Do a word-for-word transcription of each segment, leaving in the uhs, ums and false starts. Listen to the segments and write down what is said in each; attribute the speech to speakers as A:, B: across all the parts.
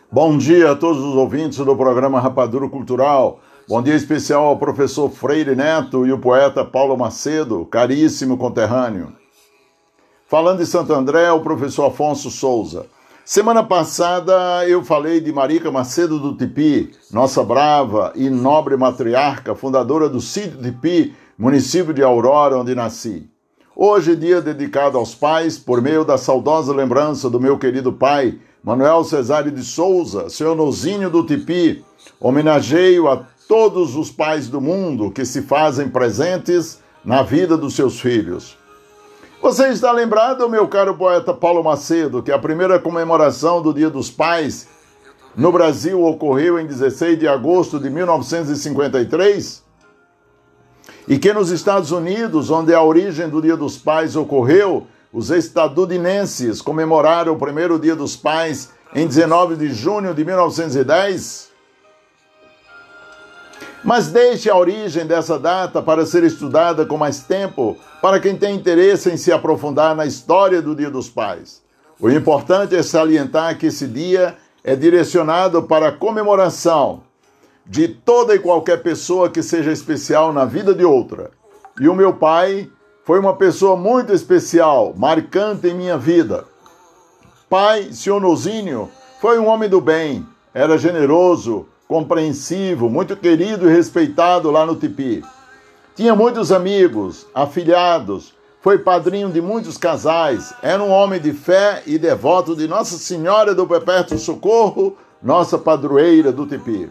A: Bom dia a todos os ouvintes do programa Rapadura Cultural. Bom dia especial ao professor Freire Neto e o poeta Paulo Macedo, caríssimo conterrâneo. Falando de Santo André, o professor Afonso Souza. Semana passada eu falei de Marica Macedo do Tipi, nossa brava e nobre matriarca, fundadora do Sítio Tipi, município de Aurora, onde nasci. Hoje, dia dedicado aos pais, por meio da saudosa lembrança do meu querido pai, Manuel Cesário de Souza, seu Nozinho do Tipi, homenageio a todos os pais do mundo que se fazem presentes na vida dos seus filhos. Você está lembrado, meu caro poeta Paulo Macedo, que a primeira comemoração do Dia dos Pais no Brasil ocorreu em dezesseis de agosto de mil novecentos e cinquenta e três? E que nos Estados Unidos, onde a origem do Dia dos Pais ocorreu, os estadunidenses comemoraram o primeiro Dia dos Pais em dezenove de junho de mil novecentos e dez? Mas deixe a origem dessa data para ser estudada com mais tempo, para quem tem interesse em se aprofundar na história do Dia dos Pais. O importante é salientar que esse dia é direcionado para a comemoração de toda e qualquer pessoa que seja especial na vida de outra. E o meu pai foi uma pessoa muito especial, marcante em minha vida. Pai, senhor Nozinho, foi um homem do bem, era generoso, compreensivo, muito querido e respeitado lá no Tipi. Tinha muitos amigos, afilhados, foi padrinho de muitos casais, era um homem de fé e devoto de Nossa Senhora do Perpétuo Socorro, nossa padroeira do Tipi.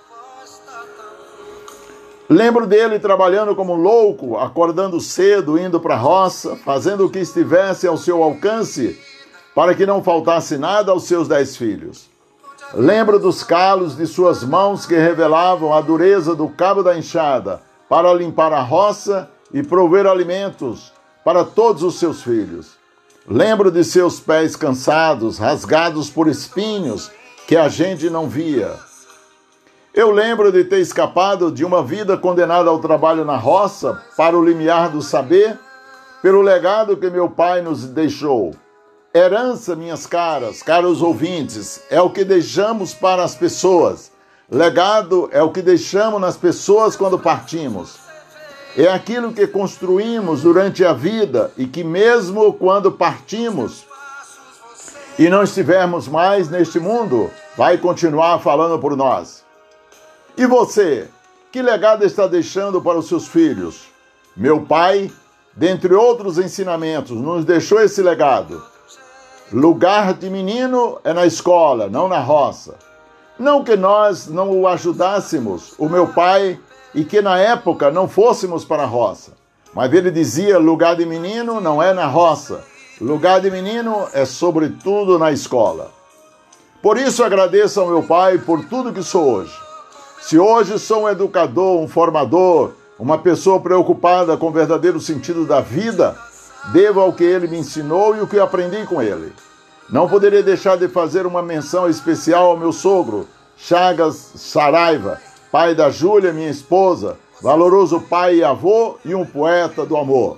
A: Lembro dele trabalhando como louco, acordando cedo, indo para a roça, fazendo o que estivesse ao seu alcance, para que não faltasse nada aos seus dez filhos. Lembro dos calos de suas mãos que revelavam a dureza do cabo da enxada, para limpar a roça e prover alimentos para todos os seus filhos. Lembro de seus pés cansados, rasgados por espinhos, que a gente não via. Eu lembro de ter escapado de uma vida condenada ao trabalho na roça para o limiar do saber, pelo legado que meu pai nos deixou. Herança, minhas caras, caros ouvintes, é o que deixamos para as pessoas. Legado é o que deixamos nas pessoas quando partimos. É aquilo que construímos durante a vida e que mesmo quando partimos e não estivermos mais neste mundo, vai continuar falando por nós. E você, que legado está deixando para os seus filhos? Meu pai, dentre outros ensinamentos, nos deixou esse legado. Lugar de menino é na escola, não na roça. Não que nós não o ajudássemos, o meu pai, e que na época não fôssemos para a roça. Mas ele dizia, lugar de menino não é na roça. Lugar de menino é sobretudo na escola. Por isso agradeço ao meu pai por tudo que sou hoje. Se hoje sou um educador, um formador, uma pessoa preocupada com o verdadeiro sentido da vida, devo ao que ele me ensinou e o que eu aprendi com ele. Não poderia deixar de fazer uma menção especial ao meu sogro, Chagas Saraiva, pai da Júlia, minha esposa, valoroso pai e avô e um poeta do amor.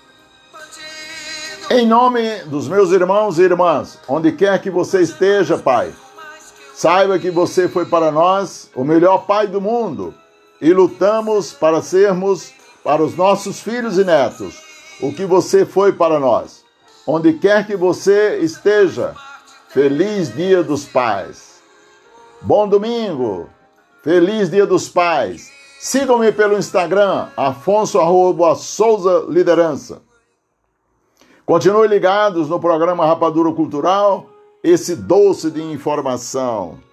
A: Em nome dos meus irmãos e irmãs, onde quer que você esteja, pai, saiba que você foi para nós o melhor pai do mundo e lutamos para sermos, para os nossos filhos e netos, o que você foi para nós. Onde quer que você esteja, feliz Dia dos Pais. Bom domingo, feliz Dia dos Pais. Sigam-me pelo Instagram, Afonso arroba Souza Liderança. Continuem ligados no programa Rapadura Cultural, esse doce de informação.